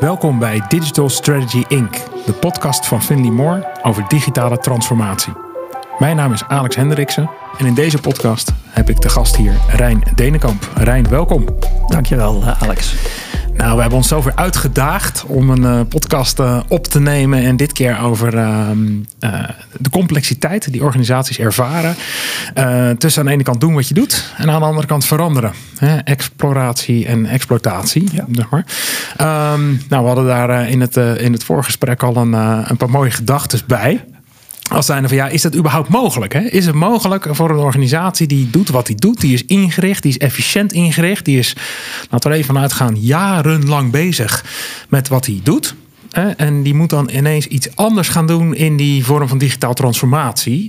Welkom bij Digital Strategy Inc., de podcast van Finley Moore over digitale transformatie. Mijn naam is Alex Hendriksen en in deze podcast heb ik de gast hier Rein Denenkamp. Rein, welkom. Dankjewel, Alex. Nou, we hebben ons zover uitgedaagd om een podcast op te nemen en dit keer over de complexiteit die organisaties ervaren. Tussen aan de ene kant doen wat je doet en aan de andere kant veranderen. Exploratie en exploitatie, zeg maar. Nou, we hadden daar in het voorgesprek al een paar mooie gedachten bij. Als zijnde van, is dat überhaupt mogelijk? Hè? Is het mogelijk voor een organisatie die doet wat die doet, die is ingericht, die is efficiënt ingericht, die is, laten we er even vanuit gaan, jarenlang bezig met wat hij doet. En die moet dan ineens iets anders gaan doen in die vorm van digitaal transformatie.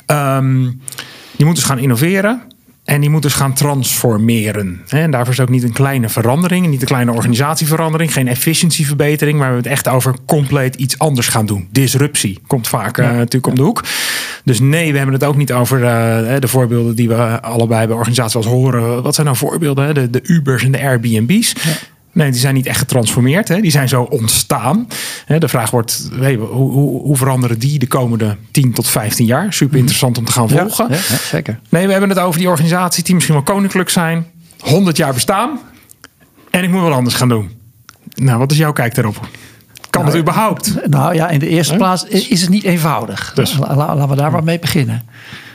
Die moet dus gaan innoveren. En die moet dus gaan transformeren. En daarvoor is ook niet een kleine verandering. Niet een kleine organisatieverandering. Geen efficiëntieverbetering. Maar we hebben het echt over compleet iets anders gaan doen. Disruptie komt vaak natuurlijk om de hoek. Dus nee, we hebben het ook niet over de voorbeelden die we allebei bij organisaties wel eens horen. Wat zijn nou voorbeelden? De Ubers en de Airbnb's. Ja. Nee, die zijn niet echt getransformeerd. Hè? Die zijn zo ontstaan. De vraag wordt, hoe veranderen die de komende 10 tot 15 jaar? Super interessant om te gaan volgen. Ja, zeker. Nee, we hebben het over die organisaties die misschien wel koninklijk zijn. 100 jaar bestaan. En ik moet wel anders gaan doen. Nou, wat is jouw kijk daarop? Kan het überhaupt? Nou ja, in de eerste plaats is het niet eenvoudig. Dus. Laten we daar maar mee beginnen.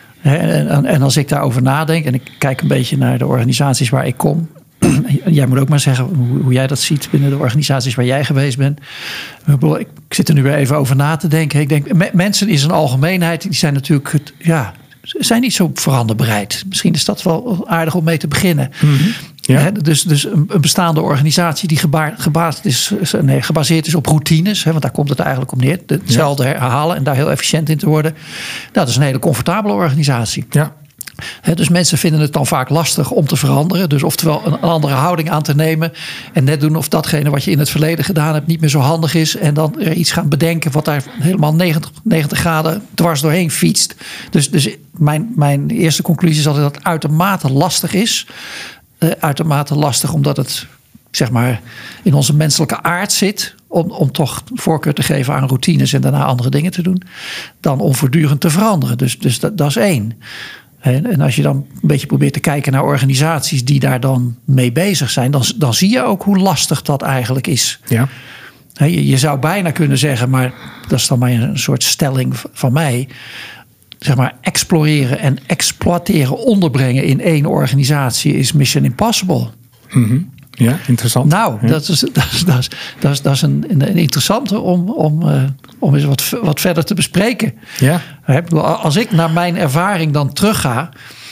En als ik daarover nadenk en ik kijk een beetje naar de organisaties waar ik kom. Jij moet ook maar zeggen hoe jij dat ziet binnen de organisaties waar jij geweest bent. Ik zit er nu weer even over na te denken. Ik denk, mensen in zijn algemeenheid, die zijn natuurlijk zijn niet zo veranderbereid. Misschien is dat wel aardig om mee te beginnen. Mm-hmm. Ja. Dus een bestaande organisatie die gebaseerd is op routines. Want daar komt het eigenlijk op neer. Hetzelfde herhalen en daar heel efficiënt in te worden. Dat is een hele comfortabele organisatie. Ja. Dus mensen vinden het dan vaak lastig om te veranderen. Dus oftewel een andere houding aan te nemen. En net doen of datgene wat je in het verleden gedaan hebt niet meer zo handig is. En dan er iets gaan bedenken wat daar helemaal 90 graden dwars doorheen fietst. Dus mijn eerste conclusie is altijd dat het uitermate lastig is. Uitermate lastig omdat het zeg maar in onze menselijke aard zit. Om toch voorkeur te geven aan routines en daarna andere dingen te doen. Dan om voortdurend te veranderen. Dus dat is één. En als je dan een beetje probeert te kijken naar organisaties die daar dan mee bezig zijn, dan zie je ook hoe lastig dat eigenlijk is. Ja. Je zou bijna kunnen zeggen, maar dat is dan maar een soort stelling van mij. Zeg maar, exploreren en exploiteren, onderbrengen in één organisatie is mission impossible. Mm-hmm. Ja, interessant. Nou, ja. Dat is een interessante om eens wat verder te bespreken. Ja. Als ik naar mijn ervaring dan terugga,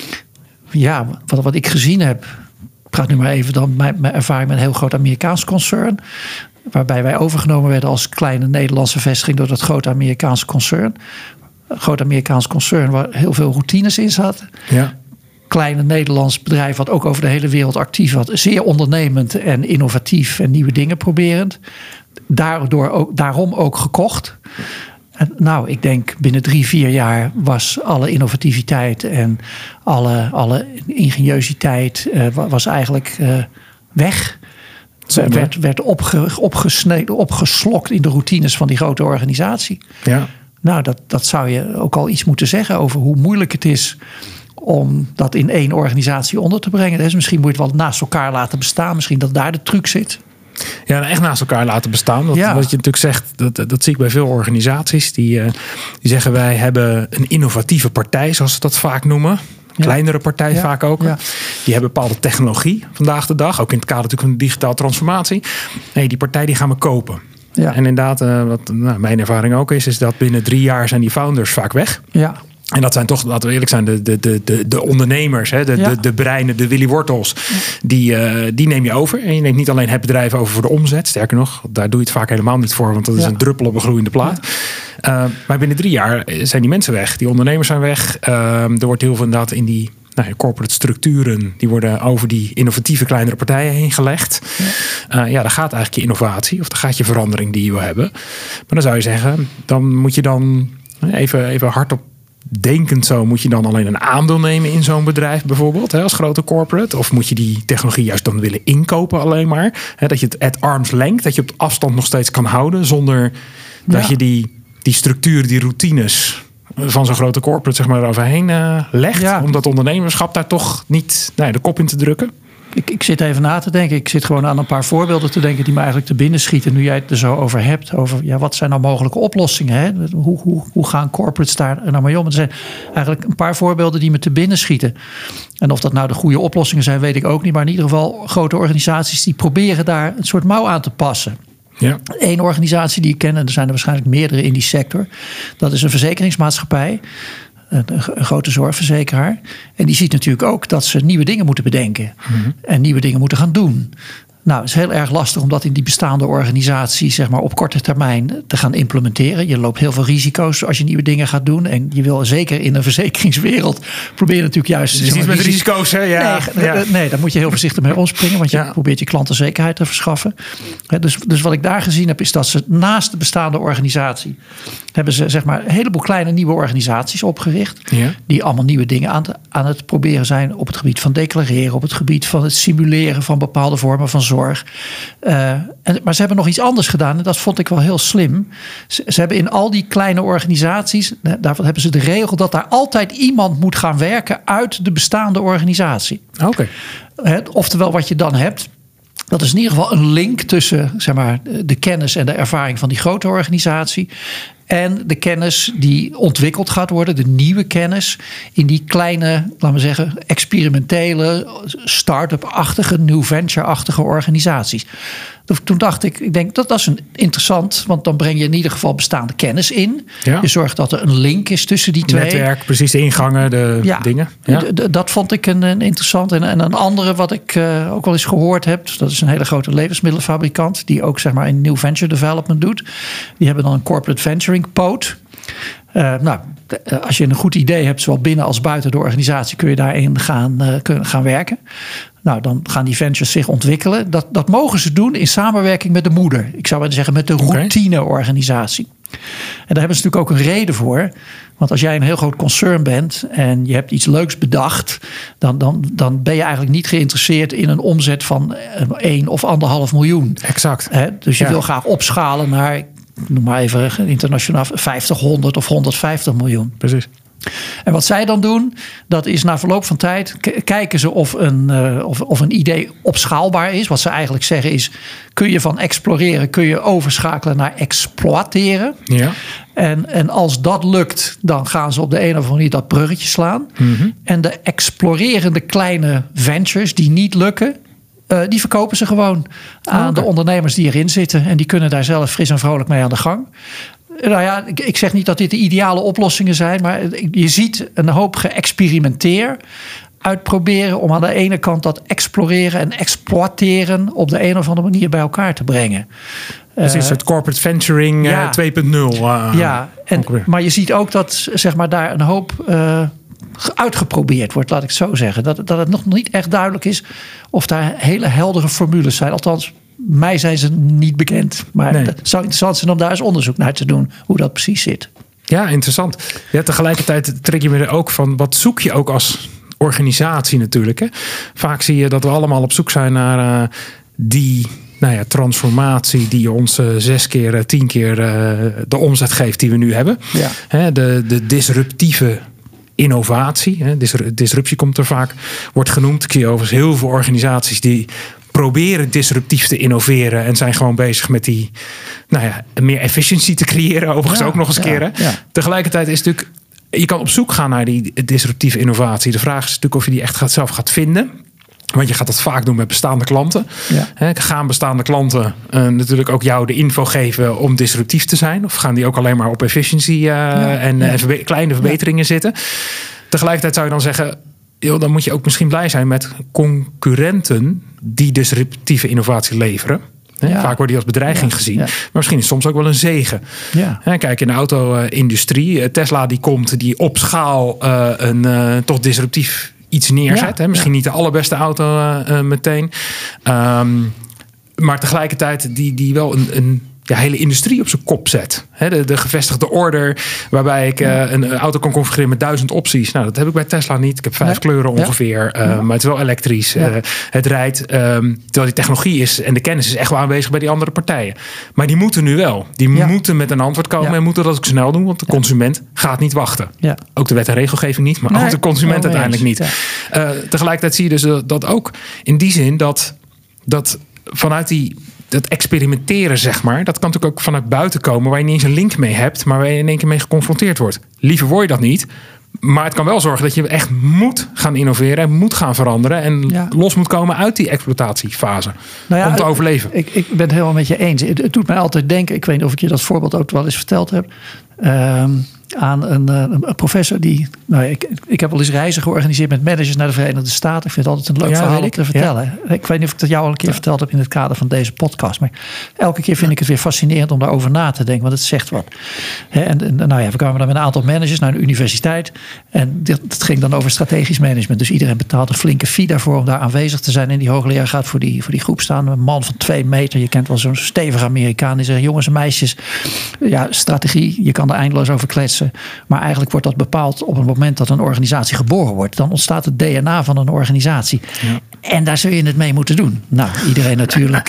wat ik gezien heb, ik praat nu maar even dan mijn ervaring met een heel groot Amerikaans concern, waarbij wij overgenomen werden als kleine Nederlandse vestiging door dat grote Amerikaanse concern. Een groot Amerikaans concern waar heel veel routines in zaten. Ja. Kleine Nederlands bedrijf wat ook over de hele wereld actief was. Zeer ondernemend en innovatief en nieuwe dingen proberend. Daarom ook gekocht. En nou, ik denk binnen 3-4 jaar was alle innovativiteit en alle ingeniositeit was eigenlijk weg. Werd opgeslokt in de routines van die grote organisatie. Ja. Nou, dat zou je ook al iets moeten zeggen over hoe moeilijk het is om dat in één organisatie onder te brengen. Dus misschien moet je het wel naast elkaar laten bestaan. Misschien dat daar de truc zit. Ja, echt naast elkaar laten bestaan. Wat je natuurlijk zegt, dat zie ik bij veel organisaties. Die zeggen wij hebben een innovatieve partij, zoals ze dat vaak noemen. Kleinere partij vaak ook. Ja. Die hebben bepaalde technologie vandaag de dag. Ook in het kader natuurlijk van de digitale transformatie. Nee, die partij die gaan we kopen. Ja. En inderdaad, wat mijn ervaring ook is dat binnen 3 jaar zijn die founders vaak weg. Ja. En dat zijn toch, laten we eerlijk zijn, de ondernemers, de breinen, de Willy Wortels. Die neem je over. En je neemt niet alleen het bedrijf over voor de omzet. Sterker nog, daar doe je het vaak helemaal niet voor. Want dat is een druppel op een gloeiende plaat. Ja. Maar binnen 3 jaar zijn die mensen weg. Die ondernemers zijn weg. Er wordt heel veel inderdaad in die corporate structuren, die worden over die innovatieve kleinere partijen heen gelegd. Ja. Daar gaat eigenlijk je innovatie of daar gaat je verandering die je wil hebben. Maar dan zou je zeggen, dan moet je dan even hardop denkend zo, moet je dan alleen een aandeel nemen in zo'n bedrijf bijvoorbeeld, als grote corporate? Of moet je die technologie juist dan willen inkopen alleen maar? Dat je het at arm's length, dat je op afstand nog steeds kan houden zonder dat je die structuren, die routines van zo'n grote corporate zeg maar eroverheen legt. Ja. Om dat ondernemerschap daar toch niet de kop in te drukken. Ik zit even na te denken. Ik zit gewoon aan een paar voorbeelden te denken die me eigenlijk te binnen schieten. Nu jij het er zo over hebt. Over wat zijn nou mogelijke oplossingen? Hè? Hoe gaan corporates daar nou mee om? Er zijn eigenlijk een paar voorbeelden die me te binnen schieten. En of dat nou de goede oplossingen zijn, weet ik ook niet. Maar in ieder geval grote organisaties die proberen daar een soort mouw aan te passen. Ja. Eén organisatie die ik ken, en er zijn er waarschijnlijk meerdere in die sector. Dat is een verzekeringsmaatschappij. Een grote zorgverzekeraar. En die ziet natuurlijk ook dat ze nieuwe dingen moeten bedenken. Mm-hmm. En nieuwe dingen moeten gaan doen. Nou, het is heel erg lastig om dat in die bestaande organisatie zeg maar op korte termijn te gaan implementeren. Je loopt heel veel risico's als je nieuwe dingen gaat doen. En je wil zeker in een verzekeringswereld proberen natuurlijk juist... Dus niet met risico's, hè? Ja. Nee, daar moet je heel voorzichtig mee omspringen. Want je probeert je klanten zekerheid te verschaffen. Dus wat ik daar gezien heb is dat ze naast de bestaande organisatie hebben ze zeg maar een heleboel kleine nieuwe organisaties opgericht. Ja. Die allemaal nieuwe dingen aan het proberen zijn op het gebied van declareren. Op het gebied van het simuleren van bepaalde vormen van zorg. Maar ze hebben nog iets anders gedaan en dat vond ik wel heel slim. Ze hebben in al die kleine organisaties, daarvan hebben ze de regel dat daar altijd iemand moet gaan werken uit de bestaande organisatie. Okay. Oftewel wat je dan hebt, dat is in ieder geval een link tussen zeg maar, de kennis en de ervaring van die grote organisatie en de kennis die ontwikkeld gaat worden, de nieuwe kennis in die kleine, laten we zeggen, experimentele, start-up-achtige, new venture-achtige organisaties. Toen dacht ik denk dat is interessant, want dan breng je in ieder geval bestaande kennis in. Ja. Je zorgt dat er een link is tussen die twee. Netwerk, precies de ingangen, de dingen. Ja. Dat vond ik een interessant. En een andere wat ik ook wel eens gehoord heb, dat is een hele grote levensmiddelenfabrikant die ook zeg maar in new venture development doet. Die hebben dan een corporate venturing poot. Als je een goed idee hebt, zowel binnen als buiten de organisatie, kun je daarin gaan werken. Nou, dan gaan die ventures zich ontwikkelen. Dat mogen ze doen in samenwerking met de moeder. Ik zou willen zeggen met de routineorganisatie. En daar hebben ze natuurlijk ook een reden voor. Want als jij een heel groot concern bent en je hebt iets leuks bedacht, dan ben je eigenlijk niet geïnteresseerd in een omzet van 1 of 1,5 miljoen. Exact. Dus je wil graag opschalen naar, noem maar even internationaal, 50, 100 of 150 miljoen. Precies. En wat zij dan doen, dat is na verloop van tijd kijken ze of een idee opschaalbaar is. Wat ze eigenlijk zeggen is, kun je van exploreren, kun je overschakelen naar exploiteren. Ja. En als dat lukt, dan gaan ze op de een of andere manier dat bruggetje slaan. Mm-hmm. En de explorerende kleine ventures die niet lukken, die verkopen ze gewoon aan de ondernemers die erin zitten. En die kunnen daar zelf fris en vrolijk mee aan de gang. Nou ja, ik zeg niet dat dit de ideale oplossingen zijn, maar je ziet een hoop geëxperimenteer uitproberen om aan de ene kant dat exploreren en exploiteren op de een of andere manier bij elkaar te brengen. Dus het corporate venturing 2.0. Maar je ziet ook dat zeg maar, daar een hoop uitgeprobeerd wordt, laat ik het zo zeggen. Dat het nog niet echt duidelijk is of daar hele heldere formules zijn. Althans, mij zijn ze niet bekend. Maar het zou interessant zijn om daar eens onderzoek naar te doen, hoe dat precies zit. Ja, interessant. Ja, tegelijkertijd trek je me er ook van, wat zoek je ook als organisatie natuurlijk. Hè? Vaak zie je dat we allemaal op zoek zijn naar die transformatie die ons 6 keer, 10 keer de omzet geeft die we nu hebben. Ja. Hè, de disruptieve innovatie. Hè? Disruptie komt er vaak, wordt genoemd. Ik zie overigens heel veel organisaties die proberen disruptief te innoveren en zijn gewoon bezig met die meer efficiëntie te creëren. Overigens ook nog eens keren. Ja. Tegelijkertijd is natuurlijk, je kan op zoek gaan naar die disruptieve innovatie. De vraag is natuurlijk of je die echt zelf gaat vinden. Want je gaat dat vaak doen met bestaande klanten. Ja. Gaan bestaande klanten natuurlijk ook jou de info geven om disruptief te zijn? Of gaan die ook alleen maar op efficiëntie en kleine verbeteringen zitten? Tegelijkertijd zou je dan zeggen, dan moet je ook misschien blij zijn met concurrenten die disruptieve innovatie leveren. Ja. Vaak wordt die als bedreiging gezien. Ja. Maar misschien is het soms ook wel een zegen. Ja. Kijk, in de auto-industrie. Tesla die komt, die op schaal toch disruptief iets neerzet. Ja. Misschien niet de allerbeste auto meteen. Maar tegelijkertijd die wel een hele industrie op zijn kop zet. De gevestigde order, waarbij ik een auto kan configureren met 1000 opties. Nou, dat heb ik bij Tesla niet. Ik heb 5 kleuren ongeveer, maar het is wel elektrisch. Het rijdt, terwijl die technologie is en de kennis is echt wel aanwezig bij die andere partijen. Maar die moeten nu wel. Die moeten met een antwoord komen en moeten dat ook snel doen, want de consument gaat niet wachten. Ja. Ook de wet en regelgeving niet, maar ook de consument uiteindelijk niet. Ja. Tegelijkertijd zie je dus dat ook in die zin dat vanuit dat experimenteren, zeg maar, dat kan natuurlijk ook vanuit buiten komen, waar je niet eens een link mee hebt, maar waar je in één keer mee geconfronteerd wordt. Liever word je dat niet. Maar het kan wel zorgen dat je echt moet gaan innoveren en moet gaan veranderen en los moet komen uit die exploitatiefase om te overleven. Ik ben het helemaal met je eens. Het doet mij altijd denken, ik weet niet of ik je dat voorbeeld ook wel eens verteld heb, aan een professor die... Ik heb wel eens reizen georganiseerd met managers naar de Verenigde Staten. Ik vind het altijd een leuk verhaal om te vertellen. Ja. Ik weet niet of ik dat jou al een keer verteld heb in het kader van deze podcast. Maar elke keer vind ik het weer fascinerend om daarover na te denken. Want het zegt wat. We kwamen dan met een aantal managers naar een universiteit. En het ging dan over strategisch management. Dus iedereen betaalt een flinke fee daarvoor om daar aanwezig te zijn. En die hoogleraar gaat voor die groep staan. Een man van 2 meter. Je kent wel zo'n stevige Amerikaan. Die zegt, jongens en meisjes, strategie, je kan er eindeloos over kletsen. Maar eigenlijk wordt dat bepaald op het moment dat een organisatie geboren wordt. Dan ontstaat het DNA van een organisatie. Ja. En daar zul je het mee moeten doen. Nou, iedereen natuurlijk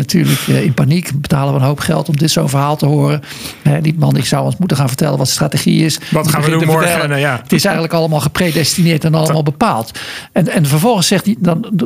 in paniek. Betalen we een hoop geld om dit zo'n verhaal te horen. Die man die zou ons moeten gaan vertellen wat strategie is. Wat gaan we doen morgen? Het is eigenlijk allemaal gepredestineerd en allemaal bepaald. En vervolgens zegt hij,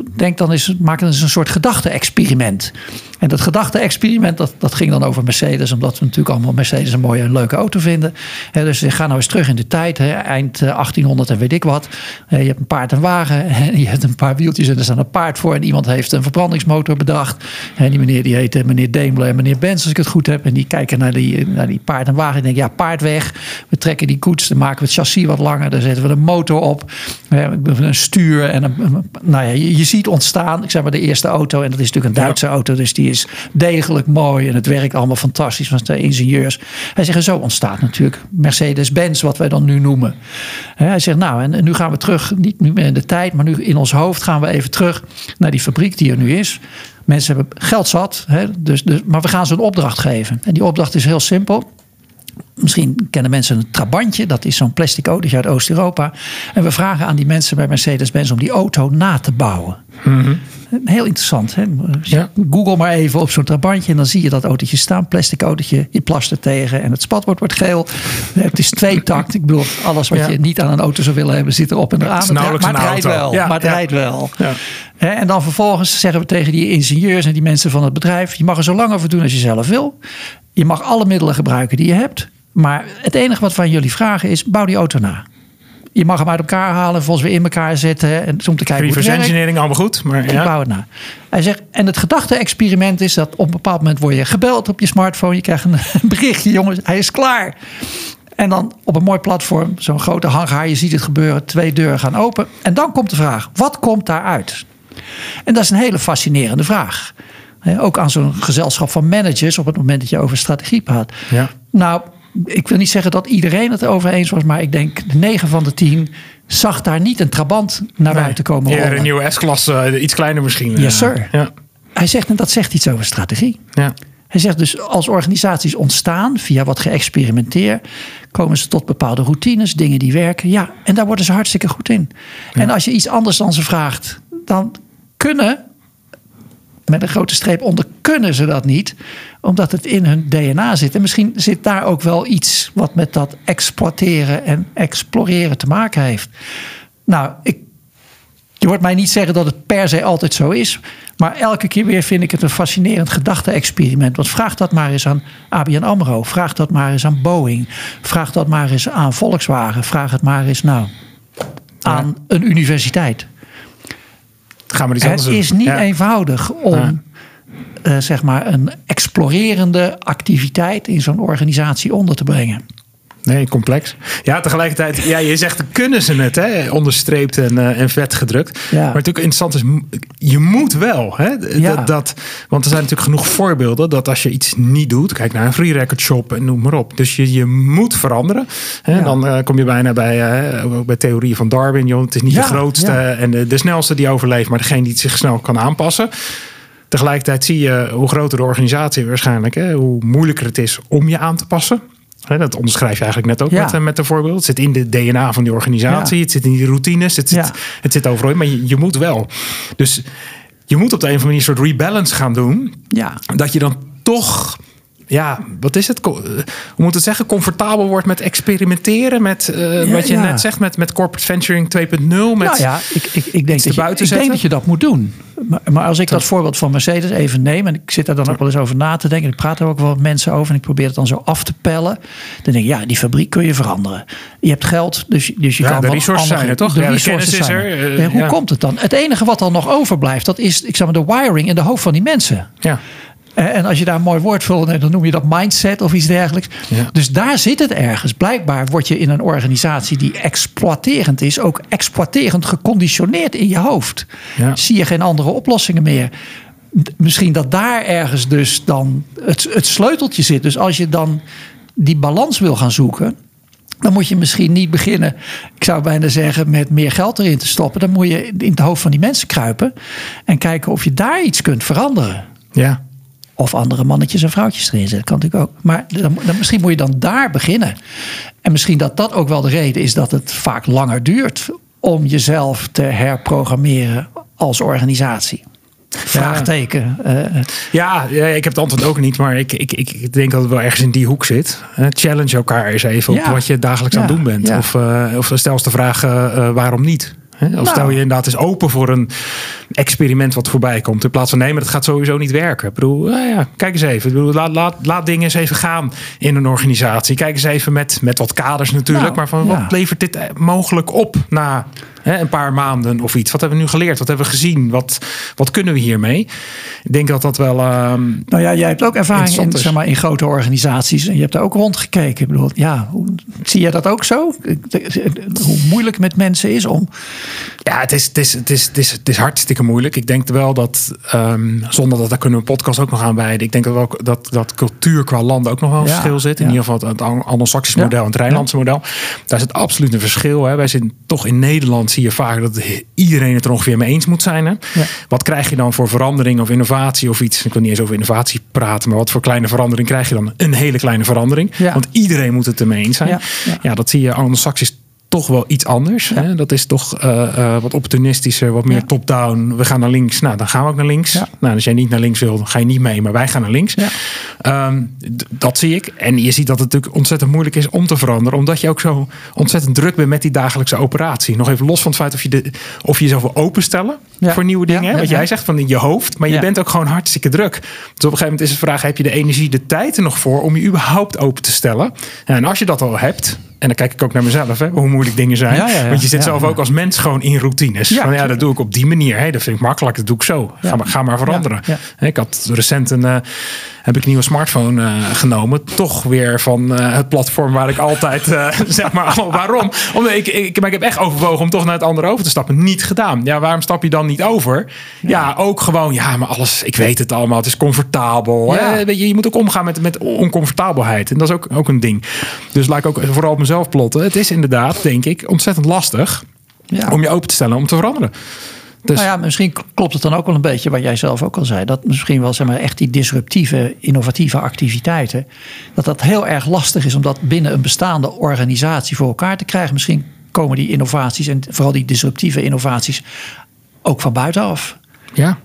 maak dan eens een soort gedachte-experiment. En dat gedachte-experiment, dat ging dan over Mercedes. Omdat we natuurlijk allemaal Mercedes een mooie en leuke auto vinden. Dus ga nou eens terug in de tijd. Eind 1800 en weet ik wat. Je hebt een paard en wagen. En je hebt een paar wieltjes en er staat een paard voor. En iemand heeft een verbrandingsmotor bedacht. En die meneer die heet meneer Daimler en meneer Benz, als ik het goed heb. En die kijken naar die paard en wagen. En denken, paard weg. We trekken die koets. Dan maken we het chassis wat langer. Dan zetten we de motor op. Een stuur. En je ziet ontstaan. Ik zeg maar de eerste auto. En dat is natuurlijk een Duitse auto. Dus die is degelijk mooi. En het werkt allemaal fantastisch. Van de ingenieurs. Hij zegt, zo ontstaat natuurlijk Mercedes-Benz, wat wij dan nu noemen. Hij zegt, en nu gaan we terug, niet meer in de tijd, maar nu in ons hoofd gaan we even terug naar die fabriek die er nu is. Mensen hebben geld zat, maar we gaan ze een opdracht geven. En die opdracht is heel simpel. Misschien kennen mensen een Trabantje. Dat is zo'n plastic autootje uit Oost-Europa. En we vragen aan die mensen bij Mercedes-Benz om die auto na te bouwen. Mm-hmm. Heel interessant. Hè? Google maar even op zo'n Trabantje en dan zie je dat autootje staan. Plastic autootje, je plast er tegen en het spatbord wordt geel. Het is 2-takt. Ik bedoel, alles wat je niet aan een auto zou willen hebben zit erop en eraan. Maar het rijdt wel. Maar het rijdt wel. Ja. En dan vervolgens zeggen we tegen die ingenieurs en die mensen van het bedrijf, je mag er zo lang over doen als je zelf wil. Je mag alle middelen gebruiken die je hebt. Maar het enige wat we aan jullie vragen is, bouw die auto na. Je mag hem uit elkaar halen, volgens weer in elkaar zetten. En om te kijken hoe het werkt. Engineering, allemaal goed. Maar ik bouw het na. Hij zegt, en het gedachte-experiment is dat op een bepaald moment word je gebeld op je smartphone. Je krijgt een berichtje, jongens, hij is klaar. En dan op een mooi platform, zo'n grote hangar, je ziet het gebeuren, 2 deuren gaan open. En dan komt de vraag, wat komt daaruit? En dat is een hele fascinerende vraag. Ook aan zo'n gezelschap van managers op het moment dat je over strategie praat. Ja. Nou, ik wil niet zeggen dat iedereen het erover eens was, maar ik denk 9 van de 10 zag daar niet een Trabant naar buiten komen rollen. Ja, een nieuwe S-klasse, iets kleiner misschien. Yes, sir. Ja. Hij zegt, en dat zegt iets over strategie. Ja. Hij zegt dus, als organisaties ontstaan via wat geëxperimenteer, komen ze tot bepaalde routines, dingen die werken. Ja, en daar worden ze hartstikke goed in. Ja. En als je iets anders dan ze vraagt, dan kunnen, met een grote streep onder, kunnen ze dat niet, omdat het in hun DNA zit. En misschien zit daar ook wel iets wat met dat exploiteren en exploreren te maken heeft. Nou, je hoort mij niet zeggen dat het per se altijd zo is, maar elke keer weer vind ik het een fascinerend gedachte-experiment. Want vraag dat maar eens aan ABN AMRO, vraag dat maar eens aan Boeing, vraag dat maar eens aan Volkswagen, vraag het maar eens aan een universiteit. Het is niet eenvoudig om zeg maar een explorerende activiteit in zo'n organisatie onder te brengen. Nee, complex. Ja, tegelijkertijd, je zegt kunnen ze het, hè? Onderstreept en vet gedrukt. Ja. Maar natuurlijk interessant is, je moet wel. Hè? Ja. Want er zijn natuurlijk genoeg voorbeelden dat als je iets niet doet, kijk naar een free record shop en noem maar op. Dus je moet veranderen. Hè? Ja. Dan kom je bijna bij theorieën van Darwin. Joh. Het is niet de grootste en de snelste die overleeft, maar degene die zich snel kan aanpassen. Tegelijkertijd zie je hoe groter de organisatie waarschijnlijk, hoe moeilijker het is om je aan te passen. Dat onderschrijf je eigenlijk net ook met een voorbeeld. Het zit in de DNA van die organisatie. Het zit in die routines. Het zit overal. Maar je moet wel. Dus je moet op de een of andere manier een soort rebalance gaan doen. Ja. Dat je dan toch... Ja, wat is het? Hoe moet het zeggen? Comfortabel wordt met experimenteren. Met wat je net zegt, met corporate venturing 2.0. Ik denk dat je dat moet doen. Maar als ik dat voorbeeld van Mercedes even neem... en ik zit daar dan ook wel eens over na te denken... en ik praat er ook wel met mensen over... en ik probeer het dan zo af te pellen... dan denk ik, die fabriek kun je veranderen. Je hebt geld, dus je kan... de resources zijn er, toch? De kennis is er. Hoe komt het dan? Het enige wat dan nog overblijft... dat is, ik zeg maar, de wiring in de hoofd van die mensen. Ja. En als je daar een mooi woord voor neemt, dan noem je dat mindset of iets dergelijks. Ja. Dus daar zit het ergens. Blijkbaar word je in een organisatie die exploiterend is, ook exploiterend geconditioneerd in je hoofd. Ja. Zie je geen andere oplossingen meer. Misschien dat daar ergens dus dan het sleuteltje zit. Dus als je dan die balans wil gaan zoeken, dan moet je misschien niet beginnen, ik zou bijna zeggen, met meer geld erin te stoppen. Dan moet je in het hoofd van die mensen kruipen en kijken of je daar iets kunt veranderen. Ja. Of andere mannetjes en vrouwtjes erin zetten. Dat kan natuurlijk ook. Maar misschien moet je dan daar beginnen. En misschien dat ook wel de reden is dat het vaak langer duurt om jezelf te herprogrammeren als organisatie. Vraagteken. Ja, ik heb het antwoord ook niet. Maar ik denk dat het wel ergens in die hoek zit. Challenge elkaar eens even op wat je dagelijks aan het doen bent. Ja. Of stel eens de vraag, waarom niet? Of stel je inderdaad eens open voor een experiment wat voorbij komt. In plaats van nee, maar dat gaat sowieso niet werken. Ik bedoel, kijk eens even. Ik bedoel, laat dingen eens even gaan in een organisatie. Kijk eens even met wat kaders natuurlijk. Maar van wat levert dit mogelijk op na een paar maanden of iets? Wat hebben we nu geleerd? Wat hebben we gezien? Wat kunnen we hiermee? Ik denk dat dat wel... jij hebt ook ervaring in grote organisaties. En je hebt daar ook rondgekeken. Ik bedoel, zie jij dat ook zo? Hoe moeilijk met mensen is om... Ja, het is hartstikke moeilijk. Ik denk wel dat, zonder dat daar kunnen we een podcast ook nog aan wijden. Ik denk dat cultuur qua landen ook nog wel een verschil zit. In ieder geval het Anglo-Saxisch model en het Rijnlandse model. Daar zit absoluut een verschil. Hè. Wij zijn toch in Nederland, zie je vaak dat iedereen het er ongeveer mee eens moet zijn. Hè. Ja. Wat krijg je dan voor verandering of innovatie of iets? Ik wil niet eens over innovatie praten, maar wat voor kleine verandering krijg je dan? Een hele kleine verandering. Ja. Want iedereen moet het ermee eens zijn. Ja, dat zie je Anglo-Saxisch toch wel iets anders. Ja. Hè? Dat is toch wat opportunistischer, wat meer top-down. We gaan naar links, dan gaan we ook naar links. Ja. Nou, als jij niet naar links wil, dan ga je niet mee, maar wij gaan naar links. Ja. Dat zie ik. En je ziet dat het natuurlijk ontzettend moeilijk is om te veranderen, omdat je ook zo ontzettend druk bent met die dagelijkse operatie. Nog even los van het feit of je jezelf wil openstellen voor nieuwe dingen. Wat jij zegt van in je hoofd, maar je bent ook gewoon hartstikke druk. Dus op een gegeven moment is de vraag, heb je de energie, de tijd er nog voor om je überhaupt open te stellen? Ja, en als je dat al hebt, en dan kijk ik ook naar mezelf, hoe moeilijk dingen zijn. Want je zit zelf ook als mens gewoon in routines. Dat doe ik op die manier. Dat vind ik makkelijk, dat doe ik zo. Ga maar veranderen. Ik had recent heb ik een nieuwe smartphone genomen. Toch weer van het platform waar ik altijd zeg maar, waarom? Omdat ik heb echt overwogen om toch naar het andere over te stappen. Niet gedaan. Ja, waarom stap je dan niet over? Ja, ook gewoon, maar alles, ik weet het allemaal. Het is comfortabel. Ja. Je moet ook omgaan met oncomfortabelheid. En dat is ook een ding. Dus laat ik ook vooral op mezelf plotten. Het is inderdaad, denk ik, ontzettend lastig om je open te stellen, om te veranderen. Dus... misschien klopt het dan ook wel een beetje wat jij zelf ook al zei. Dat misschien wel echt die disruptieve, innovatieve activiteiten, dat heel erg lastig is om dat binnen een bestaande organisatie voor elkaar te krijgen. Misschien komen die innovaties en vooral die disruptieve innovaties ook van buitenaf. Ja.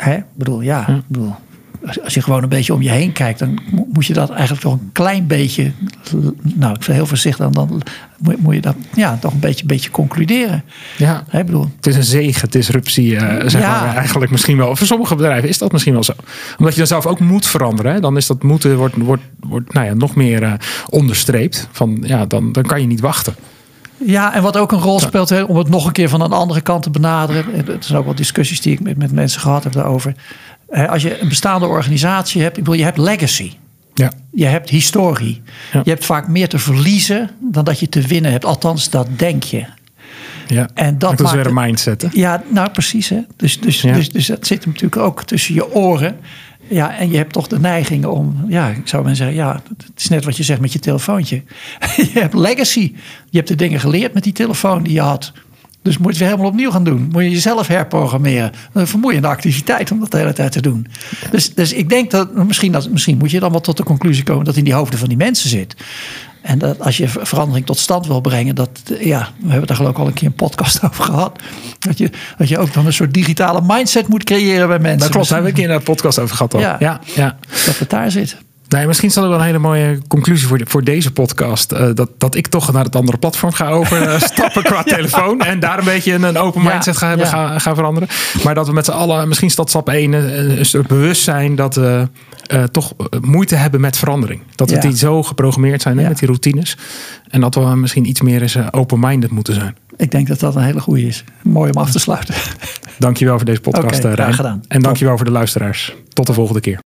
Als je gewoon een beetje om je heen kijkt, dan moet je dat eigenlijk toch een klein beetje, ik ben heel voorzichtig, dan moet je dat toch een beetje concluderen. Ja. Het is een zegen, disruptie, maar eigenlijk misschien wel. Voor sommige bedrijven is dat misschien wel zo. Omdat je dan zelf ook moet veranderen. Hè? Dan is dat moeten wordt nog meer onderstreept. Dan kan je niet wachten. Ja, en wat ook een rol speelt, om het nog een keer van een andere kant te benaderen. Het zijn ook wel discussies die ik met mensen gehad heb daarover. Als je een bestaande organisatie hebt, je hebt legacy. Ja. Je hebt historie. Ja. Je hebt vaak meer te verliezen dan dat je te winnen hebt. Althans, dat denk je. Ja, en dat is weer een mindset. Hè? Ja, precies. Hè? Dus dat zit natuurlijk ook tussen je oren. Ja, en je hebt toch de neiging om, ik zou maar zeggen, het is net wat je zegt met je telefoontje. Je hebt legacy. Je hebt de dingen geleerd met die telefoon die je had. Dus moet je het weer helemaal opnieuw gaan doen. Moet je jezelf herprogrammeren. Een vermoeiende activiteit om dat de hele tijd te doen. Dus ik denk dat misschien moet je dan wel tot de conclusie komen dat in die hoofden van die mensen zit. En dat als je verandering tot stand wil brengen, we hebben daar geloof ik al een keer een podcast over gehad. Dat je ook dan een soort digitale mindset moet creëren bij mensen. Dat klopt, daar hebben we een keer een podcast over gehad. Ja. Dat het daar zit. Nee, misschien zal er wel een hele mooie conclusie voor deze podcast. Dat ik toch naar het andere platform ga overstappen qua telefoon. En daar een beetje een open mindset gaan veranderen. Maar dat we met z'n allen, misschien is dat stap 1, een soort bewustzijn dat we toch moeite hebben met verandering. Dat we die zo geprogrammeerd zijn met die routines. En dat we misschien iets meer eens open-minded moeten zijn. Ik denk dat dat een hele goede is. Mooi om af te sluiten. Dankjewel voor deze podcast, Rijn. Graag gedaan. En dankjewel voor de luisteraars. Tot de volgende keer.